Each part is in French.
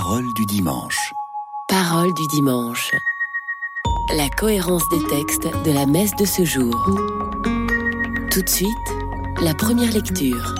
Parole du dimanche. Parole du dimanche. La cohérence des textes de la messe de ce jour. Tout de suite, la première lecture.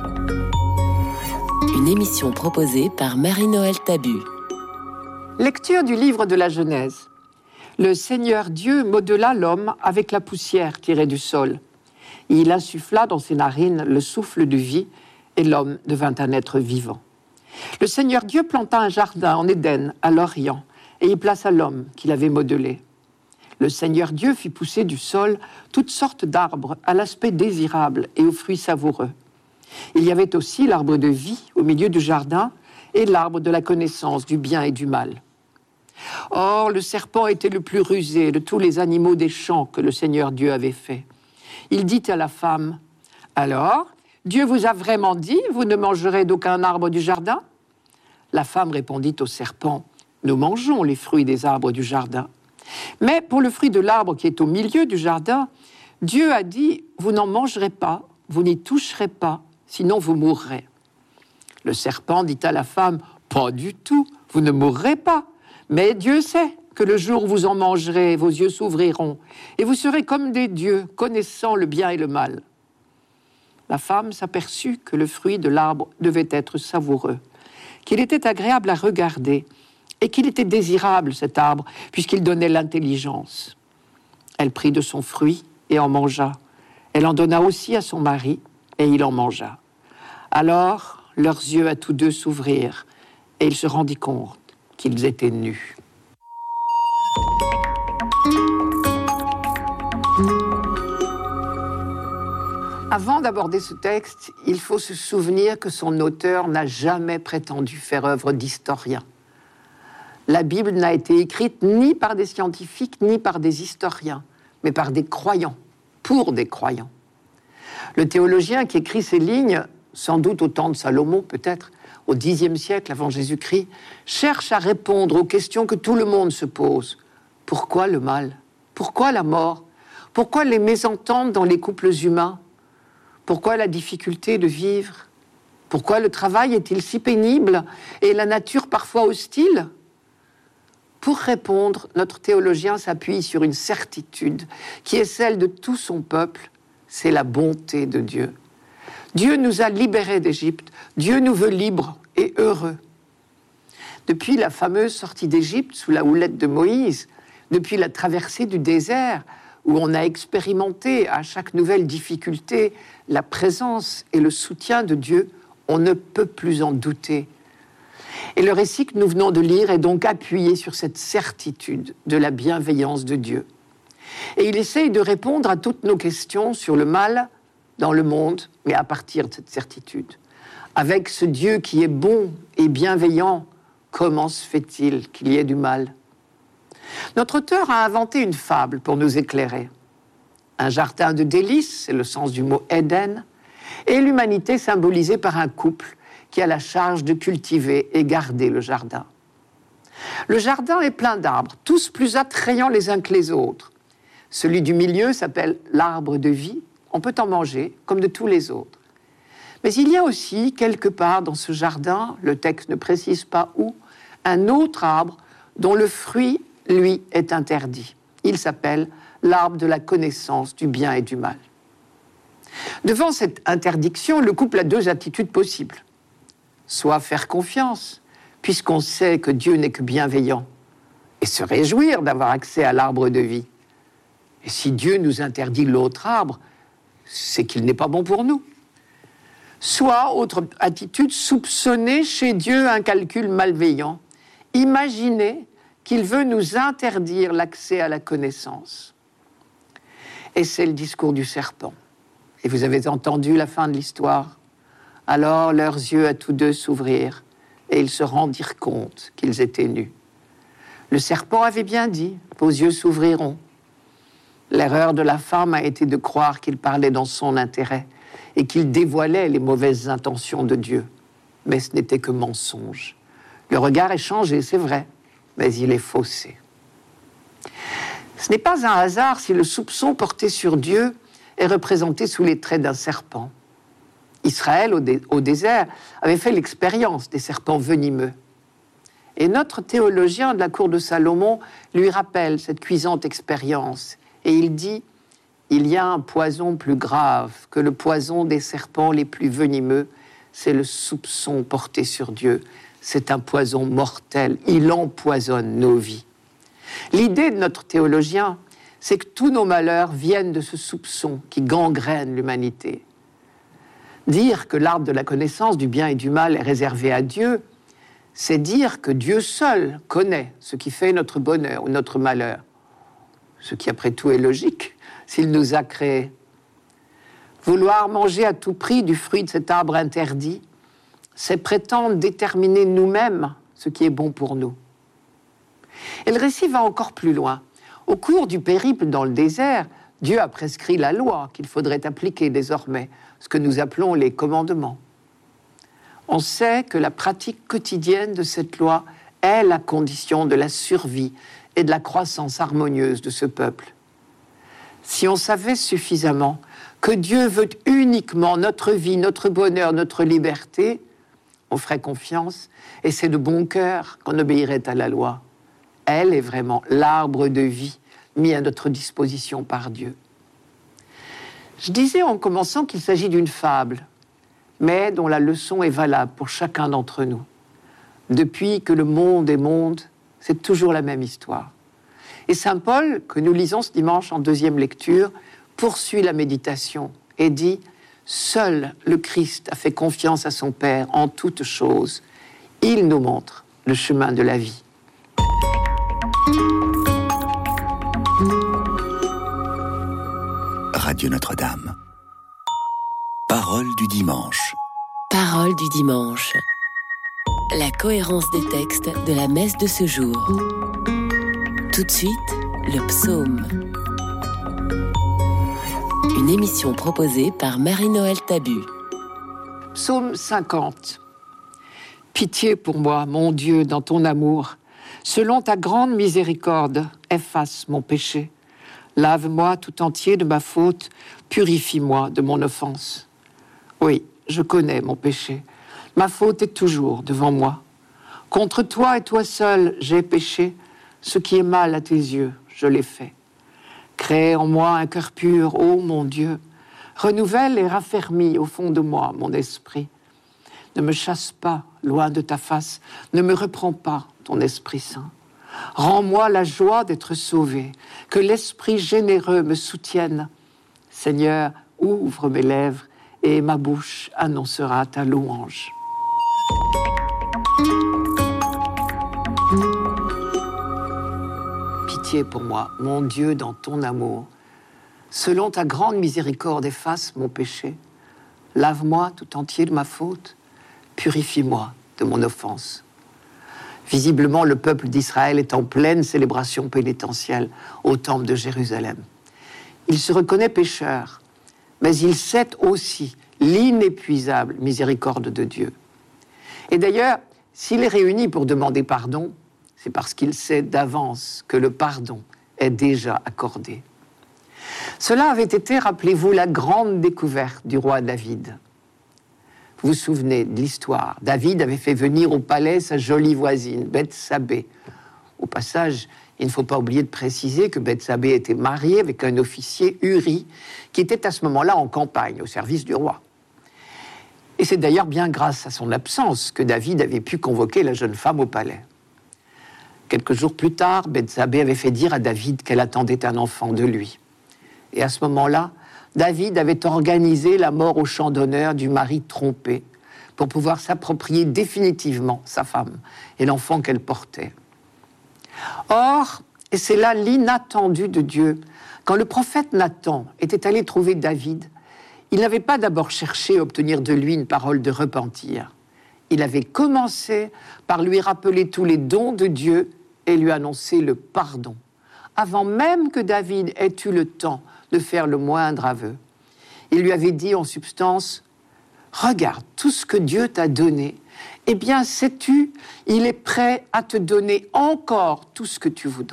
Une émission proposée par Marie-Noël Tabu. Lecture du livre de la Genèse. Le Seigneur Dieu modela l'homme avec la poussière tirée du sol. Il insuffla dans ses narines le souffle de vie et l'homme devint un être vivant. Le Seigneur Dieu planta un jardin en Éden, à l'Orient, et y plaça l'homme qu'il avait modelé. Le Seigneur Dieu fit pousser du sol toutes sortes d'arbres à l'aspect désirable et aux fruits savoureux. Il y avait aussi l'arbre de vie au milieu du jardin et l'arbre de la connaissance du bien et du mal. Or, le serpent était le plus rusé de tous les animaux des champs que le Seigneur Dieu avait fait. Il dit à la femme, « Alors, Dieu vous a vraiment dit, vous ne mangerez d'aucun arbre du jardin ?» La femme répondit au serpent, « Nous mangeons les fruits des arbres du jardin. Mais pour le fruit de l'arbre qui est au milieu du jardin, Dieu a dit, vous n'en mangerez pas, vous n'y toucherez pas, sinon vous mourrez. » Le serpent dit à la femme, « Pas du tout, vous ne mourrez pas. Mais Dieu sait que le jour où vous en mangerez, vos yeux s'ouvriront, et vous serez comme des dieux, connaissant le bien et le mal. » La femme s'aperçut que le fruit de l'arbre devait être savoureux, qu'il était agréable à regarder, et qu'il était désirable, cet arbre, puisqu'il donnait l'intelligence. Elle prit de son fruit et en mangea. Elle en donna aussi à son mari, et il en mangea. Alors, leurs yeux à tous deux s'ouvrirent, et il se rendit compte qu'ils étaient nus. Avant d'aborder ce texte, il faut se souvenir que son auteur n'a jamais prétendu faire œuvre d'historien. La Bible n'a été écrite ni par des scientifiques, ni par des historiens, mais par des croyants, pour des croyants. Le théologien qui écrit ces lignes, sans doute au temps de Salomon peut-être, au Xe siècle avant Jésus-Christ, cherche à répondre aux questions que tout le monde se pose. Pourquoi le mal ? Pourquoi la mort ? Pourquoi les mésententes dans les couples humains ? Pourquoi la difficulté de vivre ? Pourquoi le travail est-il si pénible et la nature parfois hostile ? Pour répondre, notre théologien s'appuie sur une certitude qui est celle de tout son peuple, c'est la bonté de Dieu. Dieu nous a libérés d'Égypte, Dieu nous veut libres et heureux. Depuis la fameuse sortie d'Égypte sous la houlette de Moïse, depuis la traversée du désert, où on a expérimenté à chaque nouvelle difficulté la présence et le soutien de Dieu, on ne peut plus en douter. Et le récit que nous venons de lire est donc appuyé sur cette certitude de la bienveillance de Dieu. Et il essaye de répondre à toutes nos questions sur le mal dans le monde, mais à partir de cette certitude. Avec ce Dieu qui est bon et bienveillant, comment se fait-il qu'il y ait du mal ? Notre auteur a inventé une fable pour nous éclairer. Un jardin de délices, c'est le sens du mot Éden, et l'humanité symbolisée par un couple qui a la charge de cultiver et garder le jardin. Le jardin est plein d'arbres, tous plus attrayants les uns que les autres. Celui du milieu s'appelle l'arbre de vie, on peut en manger comme de tous les autres. Mais il y a aussi, quelque part dans ce jardin, le texte ne précise pas où, un autre arbre dont le fruit, lui, est interdit. Il s'appelle l'arbre de la connaissance du bien et du mal. Devant cette interdiction, le couple a deux attitudes possibles. Soit faire confiance, puisqu'on sait que Dieu n'est que bienveillant, et se réjouir d'avoir accès à l'arbre de vie. Et si Dieu nous interdit l'autre arbre, c'est qu'il n'est pas bon pour nous. Soit, autre attitude, soupçonner chez Dieu un calcul malveillant, imaginer qu'il veut nous interdire l'accès à la connaissance. Et c'est le discours du serpent. Et vous avez entendu la fin de l'histoire. Alors leurs yeux à tous deux s'ouvrirent, et ils se rendirent compte qu'ils étaient nus. Le serpent avait bien dit, vos yeux s'ouvriront. L'erreur de la femme a été de croire qu'il parlait dans son intérêt, et qu'il dévoilait les mauvaises intentions de Dieu. Mais ce n'était que mensonge. Le regard est changé, c'est vrai, mais il est faussé. Ce n'est pas un hasard si le soupçon porté sur Dieu est représenté sous les traits d'un serpent. Israël, au désert, avait fait l'expérience des serpents venimeux. Et notre théologien de la cour de Salomon lui rappelle cette cuisante expérience. Et il dit, il y a un poison plus grave que le poison des serpents les plus venimeux, c'est le soupçon porté sur Dieu. C'est un poison mortel, il empoisonne nos vies. L'idée de notre théologien, c'est que tous nos malheurs viennent de ce soupçon qui gangrène l'humanité. Dire que l'arbre de la connaissance du bien et du mal est réservé à Dieu, c'est dire que Dieu seul connaît ce qui fait notre bonheur ou notre malheur. Ce qui, après tout, est logique s'il nous a créés. Vouloir manger à tout prix du fruit de cet arbre interdit, c'est prétendre déterminer nous-mêmes ce qui est bon pour nous. Et le récit va encore plus loin. Au cours du périple dans le désert, Dieu a prescrit la loi qu'il faudrait appliquer désormais, ce que nous appelons les commandements. On sait que la pratique quotidienne de cette loi est la condition de la survie et de la croissance harmonieuse de ce peuple. Si on savait suffisamment que Dieu veut uniquement notre vie, notre bonheur, notre liberté, on ferait confiance et c'est de bon cœur qu'on obéirait à la loi. Elle est vraiment l'arbre de vie mis à notre disposition par Dieu. Je disais en commençant qu'il s'agit d'une fable, mais dont la leçon est valable pour chacun d'entre nous. Depuis que le monde est monde, c'est toujours la même histoire. Et saint Paul, que nous lisons ce dimanche en deuxième lecture, poursuit la méditation et dit « Seul le Christ a fait confiance à son Père en toutes choses. Il nous montre le chemin de la vie. » Radio Notre-Dame. Parole du dimanche. Parole du dimanche. La cohérence des textes de la messe de ce jour. Tout de suite, le psaume. Une émission proposée par Marie-Noël Tabu. Psaume 50. Pitié pour moi, mon Dieu, dans ton amour. Selon ta grande miséricorde, efface mon péché. Lave-moi tout entier de ma faute, purifie-moi de mon offense. Oui, je connais mon péché. Ma faute est toujours devant moi. Contre toi et toi seul, j'ai péché. Ce qui est mal à tes yeux, je l'ai fait. Crée en moi un cœur pur, ô mon Dieu. Renouvelle et raffermis au fond de moi mon esprit. Ne me chasse pas loin de ta face, ne me reprends pas ton Esprit Saint. Rends-moi la joie d'être sauvé, que l'Esprit généreux me soutienne. Seigneur, ouvre mes lèvres et ma bouche annoncera ta louange. Pitié pour moi, mon Dieu, dans ton amour. Selon ta grande miséricorde, efface mon péché. Lave-moi tout entier de ma faute. Purifie-moi de mon offense. Visiblement, le peuple d'Israël est en pleine célébration pénitentielle au temple de Jérusalem. Il se reconnaît pécheur, mais il sait aussi l'inépuisable miséricorde de Dieu. Et d'ailleurs, s'il est réuni pour demander pardon, c'est parce qu'il sait d'avance que le pardon est déjà accordé. Cela avait été, rappelez-vous, la grande découverte du roi David. Vous vous souvenez de l'histoire. David avait fait venir au palais sa jolie voisine, Bethsabée. Au passage, il ne faut pas oublier de préciser que Bethsabée était mariée avec un officier, Uri, qui était à ce moment-là en campagne, au service du roi. Et c'est d'ailleurs bien grâce à son absence que David avait pu convoquer la jeune femme au palais. Quelques jours plus tard, Bethsabée avait fait dire à David qu'elle attendait un enfant de lui. Et à ce moment-là, David avait organisé la mort au champ d'honneur du mari trompé pour pouvoir s'approprier définitivement sa femme et l'enfant qu'elle portait. Or, et c'est là l'inattendu de Dieu, quand le prophète Nathan était allé trouver David, il n'avait pas d'abord cherché à obtenir de lui une parole de repentir. Il avait commencé par lui rappeler tous les dons de Dieu et lui annoncer le pardon, avant même que David ait eu le temps de faire le moindre aveu. Il lui avait dit en substance « Regarde tout ce que Dieu t'a donné. Eh bien, sais-tu, il est prêt à te donner encore tout ce que tu voudras. »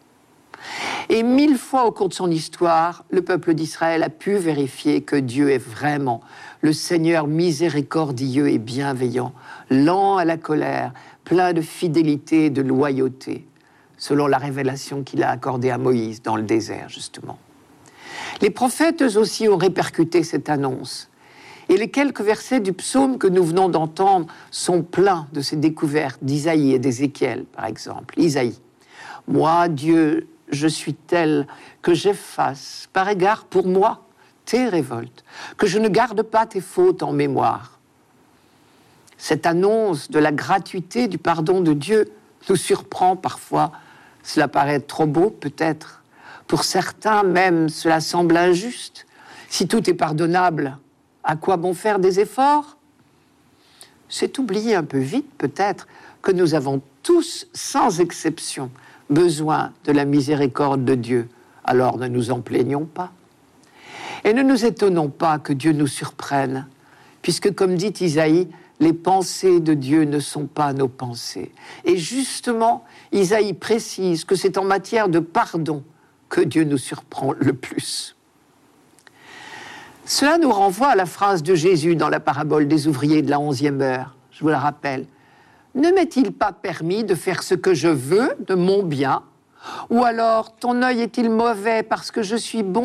Et 1000 fois au cours de son histoire, le peuple d'Israël a pu vérifier que Dieu est vraiment le Seigneur miséricordieux et bienveillant, lent à la colère, plein de fidélité et de loyauté, selon la révélation qu'il a accordée à Moïse dans le désert, justement. Les prophètes, eux aussi, ont répercuté cette annonce. Et les quelques versets du psaume que nous venons d'entendre sont pleins de ces découvertes d'Isaïe et d'Ézéchiel, par exemple. Isaïe. « Moi, Dieu, je suis tel que j'efface, par égard pour moi, tes révoltes, que je ne garde pas tes fautes en mémoire. » Cette annonce de la gratuité du pardon de Dieu nous surprend parfois. Cela paraît trop beau, peut-être. Pour certains, même, cela semble injuste. Si tout est pardonnable, à quoi bon faire des efforts ? C'est oublier un peu vite, peut-être, que nous avons tous, sans exception, besoin de la miséricorde de Dieu. Alors ne nous en plaignons pas. Et ne nous étonnons pas que Dieu nous surprenne, puisque, comme dit Isaïe, les pensées de Dieu ne sont pas nos pensées. Et justement, Isaïe précise que c'est en matière de pardon que Dieu nous surprend le plus. Cela nous renvoie à la phrase de Jésus dans la parabole des ouvriers de la 11e heure. Je vous la rappelle. « Ne m'est-il pas permis de faire ce que je veux de mon bien ? Ou alors, ton œil est-il mauvais parce que je suis bon ?»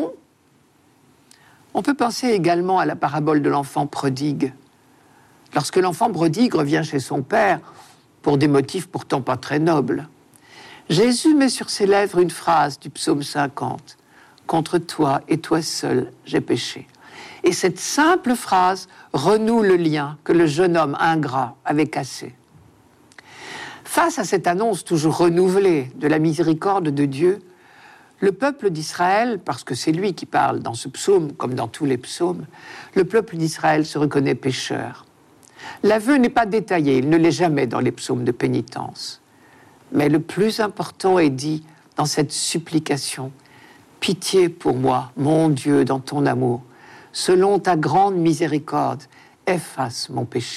On peut penser également à la parabole de l'enfant prodigue. Lorsque l'enfant prodigue revient chez son père, pour des motifs pourtant pas très nobles, Jésus met sur ses lèvres une phrase du psaume 50. « Contre toi et toi seul, j'ai péché. » Et cette simple phrase renoue le lien que le jeune homme ingrat avait cassé. Face à cette annonce toujours renouvelée de la miséricorde de Dieu, le peuple d'Israël, parce que c'est lui qui parle dans ce psaume comme dans tous les psaumes, le peuple d'Israël se reconnaît pécheur. L'aveu n'est pas détaillé, il ne l'est jamais dans les psaumes de pénitence. Mais le plus important est dit dans cette supplication. « Pitié pour moi, mon Dieu, dans ton amour. Selon ta grande miséricorde, efface mon péché. »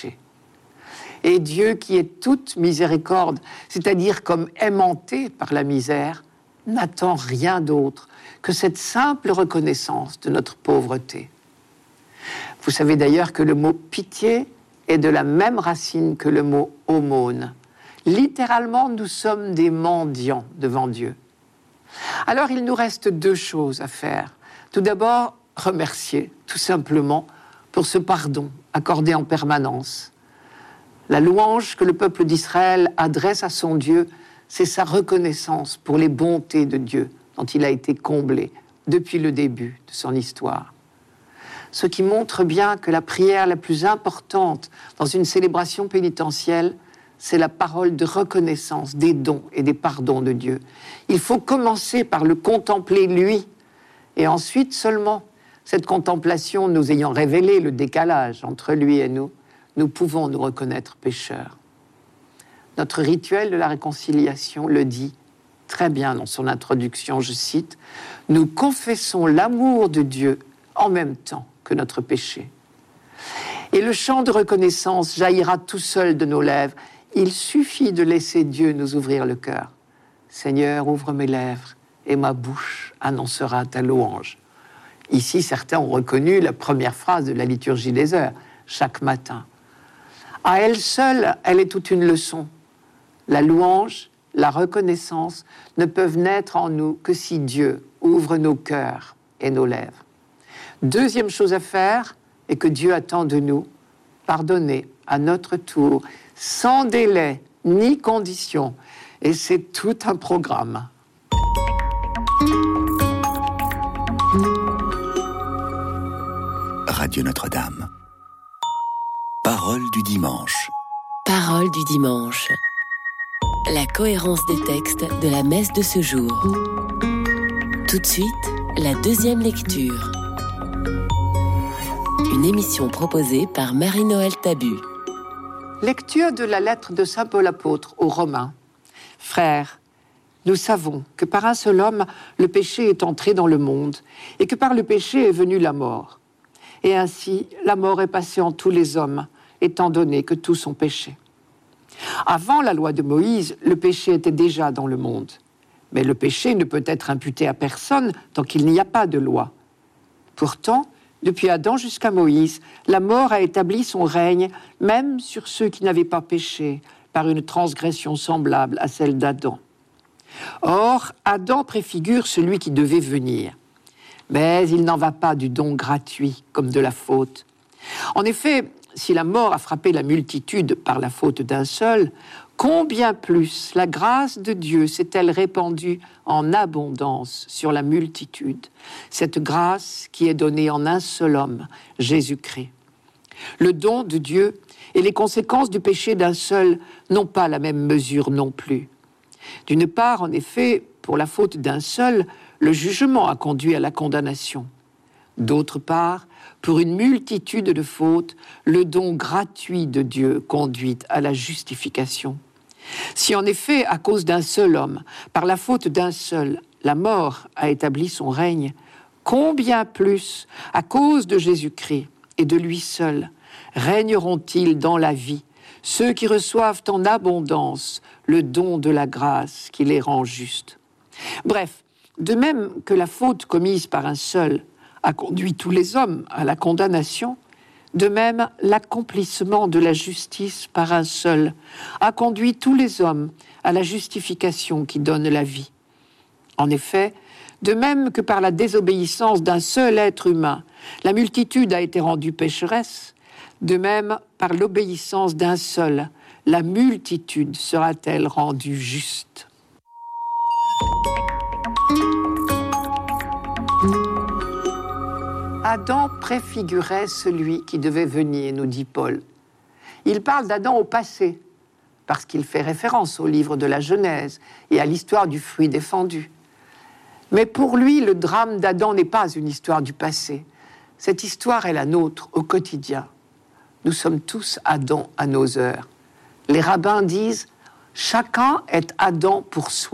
Et Dieu, qui est toute miséricorde, c'est-à-dire comme aimanté par la misère, n'attend rien d'autre que cette simple reconnaissance de notre pauvreté. Vous savez d'ailleurs que le mot « pitié » est de la même racine que le mot « aumône ». Littéralement, nous sommes des mendiants devant Dieu. Alors, il nous reste deux choses à faire. Tout d'abord, remercier, tout simplement, pour ce pardon accordé en permanence. La louange que le peuple d'Israël adresse à son Dieu, c'est sa reconnaissance pour les bontés de Dieu dont il a été comblé depuis le début de son histoire. Ce qui montre bien que la prière la plus importante dans une célébration pénitentielle, c'est la parole de reconnaissance des dons et des pardons de Dieu. Il faut commencer par le contempler lui, et ensuite seulement, cette contemplation nous ayant révélé le décalage entre lui et nous pouvons nous reconnaître pécheurs. Notre rituel de la réconciliation le dit très bien dans son introduction, je cite, « Nous confessons l'amour de Dieu en même temps que notre péché. » Et le chant de reconnaissance jaillira tout seul de nos lèvres. Il suffit de laisser Dieu nous ouvrir le cœur. « Seigneur, ouvre mes lèvres et ma bouche annoncera ta louange. » Ici, certains ont reconnu la première phrase de la liturgie des heures, chaque matin. À elle seule, elle est toute une leçon. La louange, la reconnaissance ne peuvent naître en nous que si Dieu ouvre nos cœurs et nos lèvres. Deuxième chose à faire, et que Dieu attend de nous, pardonner à notre tour, sans délai ni condition. Et c'est tout un programme. Radio Notre-Dame. Parole du dimanche. Parole du dimanche. La cohérence des textes de la messe de ce jour. Tout de suite, la deuxième lecture. Une émission proposée par Marie-Noël Tabu. Lecture de la lettre de saint Paul apôtre aux Romains. Frères, nous savons que par un seul homme, le péché est entré dans le monde, et que par le péché est venue la mort. Et ainsi, la mort est passée en tous les hommes, étant donné que tous ont péché. Avant la loi de Moïse, le péché était déjà dans le monde. Mais le péché ne peut être imputé à personne tant qu'il n'y a pas de loi. Pourtant, depuis Adam jusqu'à Moïse, la mort a établi son règne même sur ceux qui n'avaient pas péché, par une transgression semblable à celle d'Adam. Or, Adam préfigure celui qui devait venir. Mais il n'en va pas du don gratuit comme de la faute. En effet, si la mort a frappé la multitude par la faute d'un seul, combien plus la grâce de Dieu s'est-elle répandue en abondance sur la multitude, cette grâce qui est donnée en un seul homme, Jésus-Christ. Le don de Dieu et les conséquences du péché d'un seul n'ont pas la même mesure non plus. D'une part, en effet, pour la faute d'un seul, le jugement a conduit à la condamnation. D'autre part, pour une multitude de fautes, le don gratuit de Dieu conduit à la justification. Si en effet, à cause d'un seul homme, par la faute d'un seul, la mort a établi son règne, combien plus, à cause de Jésus-Christ et de lui seul, régneront-ils dans la vie ceux qui reçoivent en abondance le don de la grâce qui les rend justes. Bref, de même que la faute commise par un seul a conduit tous les hommes à la condamnation, de même l'accomplissement de la justice par un seul a conduit tous les hommes à la justification qui donne la vie. En effet, de même que par la désobéissance d'un seul être humain, la multitude a été rendue pécheresse, de même, par l'obéissance d'un seul, la multitude sera-t-elle rendue juste. Adam préfigurait celui qui devait venir, nous dit Paul. Il parle d'Adam au passé, parce qu'il fait référence au livre de la Genèse et à l'histoire du fruit défendu. Mais pour lui, le drame d'Adam n'est pas une histoire du passé. Cette histoire est la nôtre au quotidien. Nous sommes tous Adam à nos heures. Les rabbins disent « chacun est Adam pour soi ».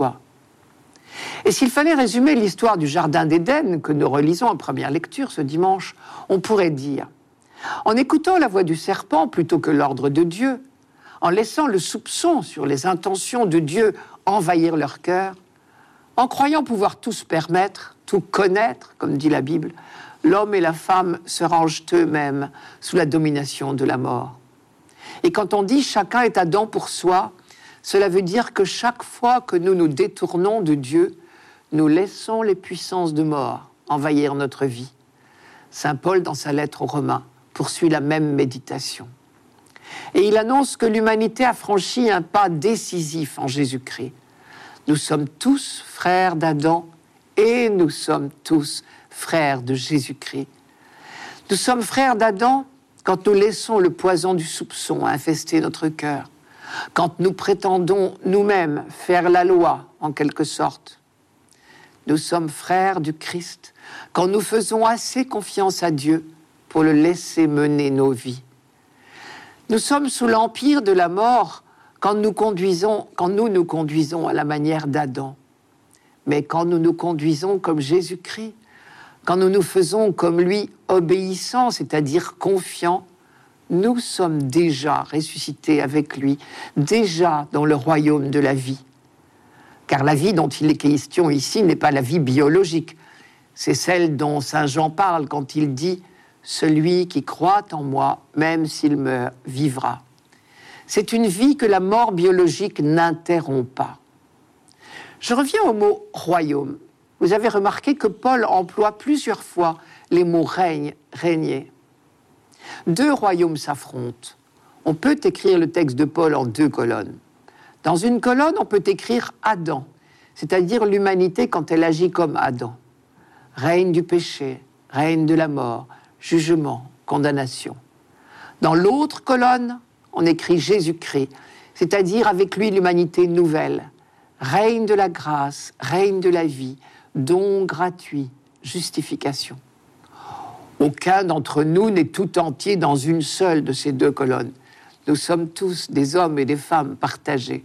Et s'il fallait résumer l'histoire du Jardin d'Éden que nous relisons en première lecture ce dimanche, on pourrait dire « en écoutant la voix du serpent plutôt que l'ordre de Dieu, en laissant le soupçon sur les intentions de Dieu envahir leur cœur, en croyant pouvoir tout se permettre, tout connaître, comme dit la Bible, l'homme et la femme se rangent eux-mêmes sous la domination de la mort. Et quand on dit « chacun est Adam pour soi », cela veut dire que chaque fois que nous nous détournons de Dieu, nous laissons les puissances de mort envahir notre vie. Saint Paul, dans sa lettre aux Romains, poursuit la même méditation. Et il annonce que l'humanité a franchi un pas décisif en Jésus-Christ. Nous sommes tous frères d'Adam et nous sommes tous frères de Jésus-Christ. Nous sommes frères d'Adam quand nous laissons le poison du soupçon infester notre cœur, quand nous prétendons nous-mêmes faire la loi, en quelque sorte. Nous sommes frères du Christ quand nous faisons assez confiance à Dieu pour le laisser mener nos vies. Nous sommes sous l'empire de la mort quand nous nous conduisons à la manière d'Adam. Mais quand nous nous conduisons comme Jésus-Christ, quand nous nous faisons comme lui obéissants, c'est-à-dire confiants, nous sommes déjà ressuscités avec lui, déjà dans le royaume de la vie. Car la vie dont il est question ici n'est pas la vie biologique. C'est celle dont Saint Jean parle quand il dit « Celui qui croit en moi, même s'il meurt, vivra ». C'est une vie que la mort biologique n'interrompt pas. Je reviens au mot « royaume ». Vous avez remarqué que Paul emploie plusieurs fois les mots « règne »,« régner ». Deux royaumes s'affrontent. On peut écrire le texte de Paul en deux colonnes. Dans une colonne, on peut écrire Adam, c'est-à-dire l'humanité quand elle agit comme Adam. Règne du péché, règne de la mort, jugement, condamnation. Dans l'autre colonne, on écrit Jésus-Christ, c'est-à-dire avec lui l'humanité nouvelle. Règne de la grâce, règne de la vie, don gratuit, justification. Aucun d'entre nous n'est tout entier dans une seule de ces deux colonnes. Nous sommes tous des hommes et des femmes partagés.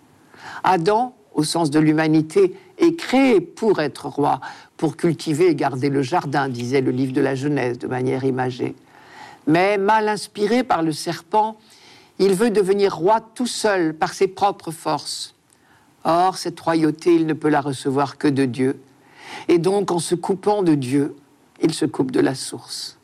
Adam, au sens de l'humanité, est créé pour être roi, pour cultiver et garder le jardin, disait le livre de la Genèse de manière imagée. Mais mal inspiré par le serpent, il veut devenir roi tout seul par ses propres forces. Or, cette royauté, il ne peut la recevoir que de Dieu. Et donc, en se coupant de Dieu, il se coupe de la source.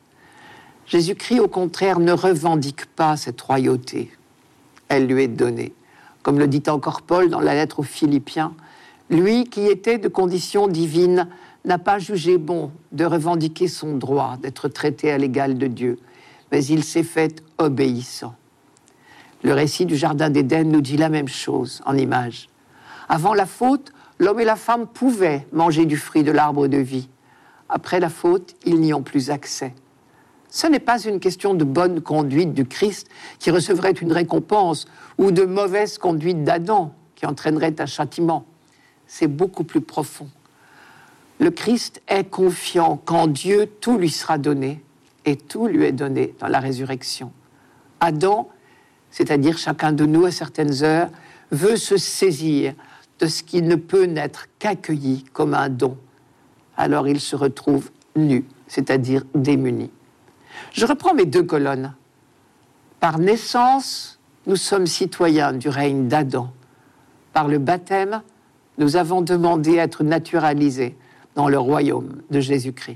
Jésus-Christ, au contraire, ne revendique pas cette royauté. Elle lui est donnée Comme le dit encore Paul dans la lettre aux Philippiens, lui qui était de condition divine n'a pas jugé bon de revendiquer son droit d'être traité à l'égal de Dieu, mais il s'est fait obéissant. Le récit du Jardin d'Éden nous dit la même chose en image. Avant la faute, l'homme et la femme pouvaient manger du fruit de l'arbre de vie. Après la faute, ils n'y ont plus accès. Ce n'est pas une question de bonne conduite du Christ qui recevrait une récompense ou de mauvaise conduite d'Adam qui entraînerait un châtiment. C'est beaucoup plus profond. Le Christ est confiant qu'en Dieu, tout lui sera donné et tout lui est donné dans la résurrection. Adam, c'est-à-dire chacun de nous à certaines heures, veut se saisir de ce qui ne peut n'être qu'accueilli comme un don. Alors il se retrouve nu, c'est-à-dire démuni. Je reprends mes 2 colonnes. Par naissance, nous sommes citoyens du règne d'Adam. Par le baptême, nous avons demandé à être naturalisés dans le royaume de Jésus-Christ.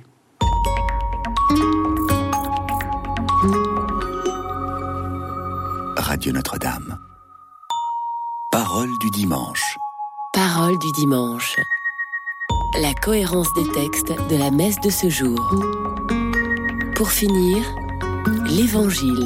Radio Notre-Dame. Parole du dimanche. Parole du dimanche. La cohérence des textes de la messe de ce jour. Pour finir, l'Évangile.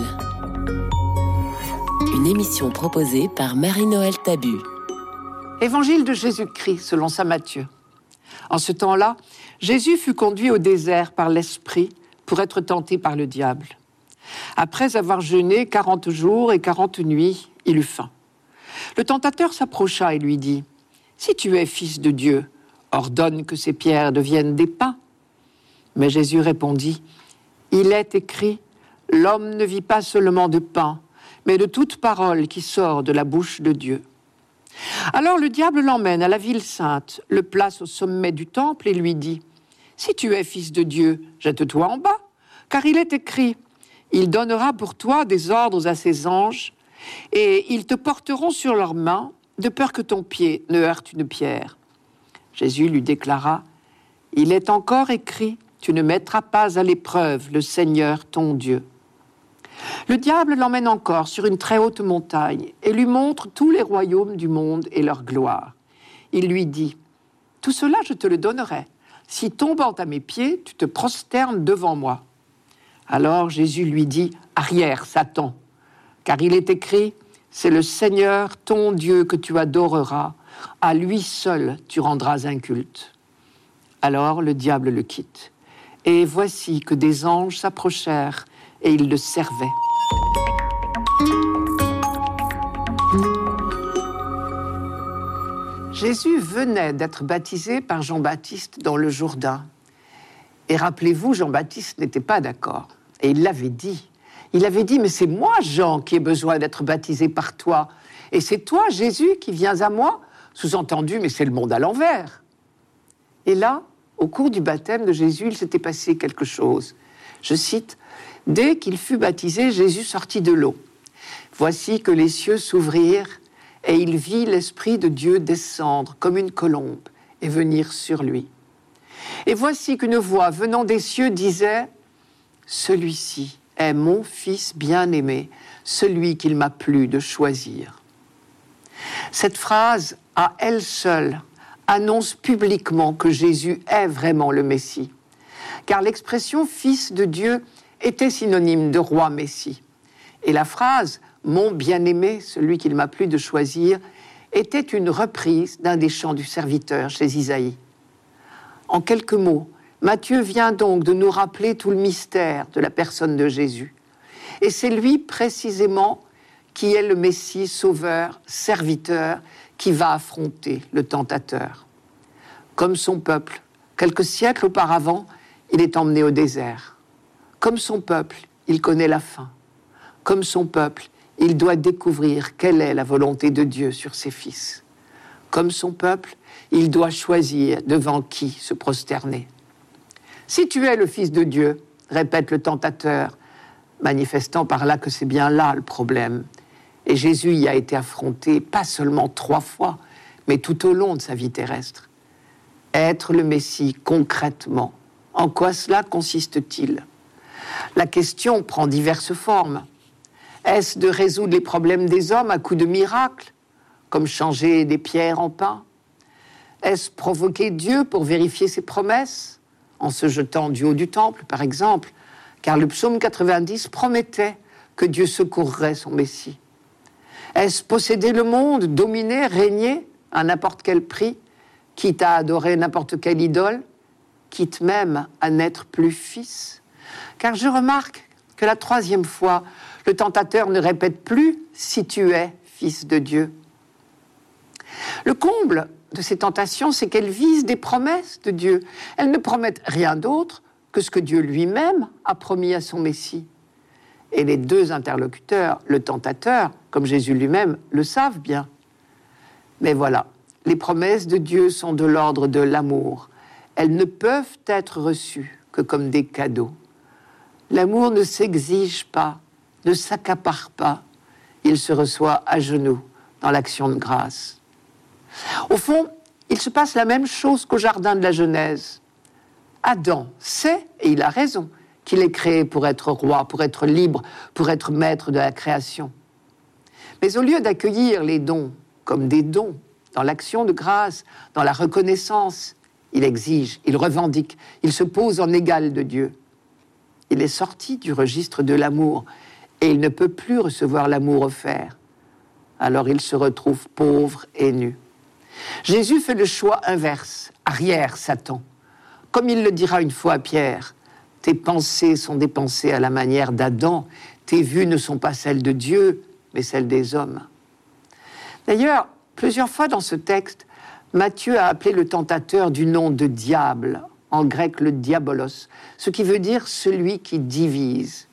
Une émission proposée par Marie-Noël Tabu. Évangile de Jésus-Christ selon saint Matthieu. En ce temps-là, Jésus fut conduit au désert par l'Esprit pour être tenté par le diable. Après avoir jeûné 40 jours et 40 nuits, il eut faim. Le tentateur s'approcha et lui dit : « Si tu es fils de Dieu, ordonne que ces pierres deviennent des pains. » Mais Jésus répondit : « Il est écrit, l'homme ne vit pas seulement de pain, mais de toute parole qui sort de la bouche de Dieu. » Alors le diable l'emmène à la ville sainte, le place au sommet du temple et lui dit : « Si tu es fils de Dieu, jette-toi en bas, car il est écrit, il donnera pour toi des ordres à ses anges, et ils te porteront sur leurs mains, de peur que ton pied ne heurte une pierre. » Jésus lui déclara : « Il est encore écrit, tu ne mettras pas à l'épreuve le Seigneur ton Dieu. » Le diable l'emmène encore sur une très haute montagne et lui montre tous les royaumes du monde et leur gloire. Il lui dit : « Tout cela je te le donnerai, si tombant à mes pieds, tu te prosternes devant moi. » Alors Jésus lui dit : « Arrière, Satan, car il est écrit, c'est le Seigneur ton Dieu que tu adoreras, à lui seul tu rendras un culte. » Alors le diable le quitte. Et voici que des anges s'approchèrent et ils le servaient. Jésus venait d'être baptisé par Jean-Baptiste dans le Jourdain. Et rappelez-vous, Jean-Baptiste n'était pas d'accord. Et il l'avait dit. Il avait dit : « Mais c'est moi, Jean, qui ai besoin d'être baptisé par toi. Et c'est toi, Jésus, qui viens à moi. » Sous-entendu, mais c'est le monde à l'envers. Et là, au cours du baptême de Jésus, il s'était passé quelque chose. Je cite : « Dès qu'il fut baptisé, Jésus sortit de l'eau. Voici que les cieux s'ouvrirent, et il vit l'Esprit de Dieu descendre comme une colombe et venir sur lui. Et voici qu'une voix venant des cieux disait : Celui-ci est mon Fils bien-aimé, celui qu'il m'a plu de choisir. » Cette phrase, à elle seule, annonce publiquement que Jésus est vraiment le Messie. Car l'expression « Fils de Dieu » était synonyme de roi Messie. Et la phrase « Mon bien-aimé, celui qu'il m'a plu de choisir » était une reprise d'un des chants du serviteur chez Isaïe. En quelques mots, Matthieu vient donc de nous rappeler tout le mystère de la personne de Jésus. Et c'est lui précisément qui est le Messie sauveur, serviteur, qui va affronter le tentateur. Comme son peuple, quelques siècles auparavant, il est emmené au désert. Comme son peuple, il connaît la faim. Comme son peuple, il doit découvrir quelle est la volonté de Dieu sur ses fils. Comme son peuple, il doit choisir devant qui se prosterner. « Si tu es le Fils de Dieu, répète le tentateur, manifestant par là que c'est bien là le problème. Et Jésus y a été affronté pas seulement 3 fois, mais tout au long de sa vie terrestre. Être le Messie concrètement, en quoi cela consiste-t-il ? La question prend diverses formes. Est-ce de résoudre les problèmes des hommes à coups de miracles ? comme changer des pierres en pain? Est-ce provoquer Dieu pour vérifier ses promesses, en se jetant du haut du temple, par exemple, car le psaume 90 promettait que Dieu secourrait son Messie? Est-ce posséder le monde, dominer, régner à n'importe quel prix, quitte à adorer n'importe quelle idole, quitte même à n'être plus fils? Car je remarque que la troisième fois, le tentateur ne répète plus « si tu es fils de Dieu ». Le comble de ces tentations, c'est qu'elles visent des promesses de Dieu. Elles ne promettent rien d'autre que ce que Dieu lui-même a promis à son Messie. Et les deux interlocuteurs, le tentateur, comme Jésus lui-même, le savent bien. Mais voilà, les promesses de Dieu sont de l'ordre de l'amour. Elles ne peuvent être reçues que comme des cadeaux. L'amour ne s'exige pas, ne s'accapare pas. Il se reçoit à genoux dans l'action de grâce. Au fond, il se passe la même chose qu'au jardin de la Genèse. Adam sait, et il a raison, qu'il est créé pour être roi, pour être libre, pour être maître de la création. Mais au lieu d'accueillir les dons comme des dons, dans l'action de grâce, dans la reconnaissance, il exige, il revendique, il se pose en égal de Dieu. Il est sorti du registre de l'amour et il ne peut plus recevoir l'amour offert. Alors il se retrouve pauvre et nu. Jésus fait le choix inverse, arrière Satan. Comme il le dira une fois à Pierre, « Tes pensées sont des pensées à la manière d'Adam, tes vues ne sont pas celles de Dieu, mais celles des hommes. » D'ailleurs, plusieurs fois dans ce texte, Matthieu a appelé le tentateur du nom de diable, en grec le diabolos, ce qui veut dire celui qui divise.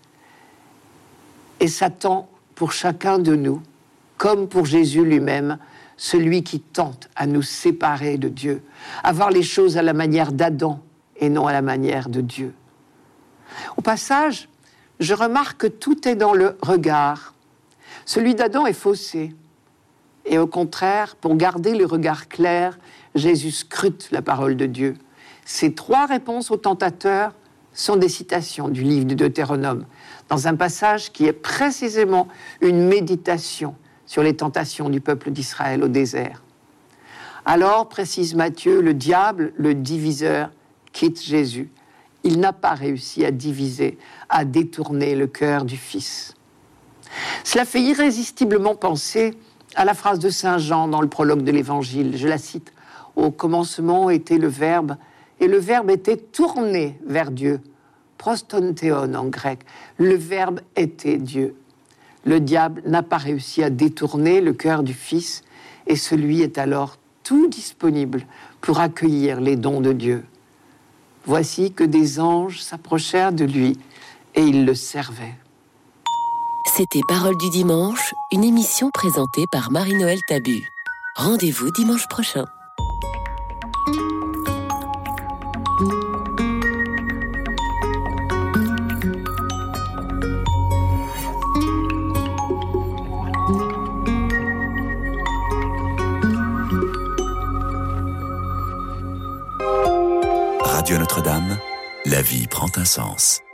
Et Satan, pour chacun de nous, comme pour Jésus lui-même, celui qui tente à nous séparer de Dieu, à voir les choses à la manière d'Adam et non à la manière de Dieu. Au passage, je remarque que tout est dans le regard. Celui d'Adam est faussé. Et au contraire, pour garder le regard clair, Jésus scrute la parole de Dieu. Ces trois réponses au tentateur sont des citations du livre de Deutéronome, dans un passage qui est précisément une méditation sur les tentations du peuple d'Israël au désert. Alors, précise Matthieu, le diable, le diviseur, quitte Jésus. Il n'a pas réussi à diviser, à détourner le cœur du Fils. Cela fait irrésistiblement penser à la phrase de Saint Jean dans le prologue de l'Évangile. Je la cite. « Au commencement était le Verbe, et le Verbe était tourné vers Dieu. » Prostontheon en grec. Le Verbe était Dieu. Le diable n'a pas réussi à détourner le cœur du Fils, et celui est alors tout disponible pour accueillir les dons de Dieu. Voici que des anges s'approchèrent de lui, et ils le servaient. C'était Parole du dimanche, une émission présentée par Marie-Noël Tabu. Rendez-vous dimanche prochain. Radio Notre-Dame, la vie prend un sens.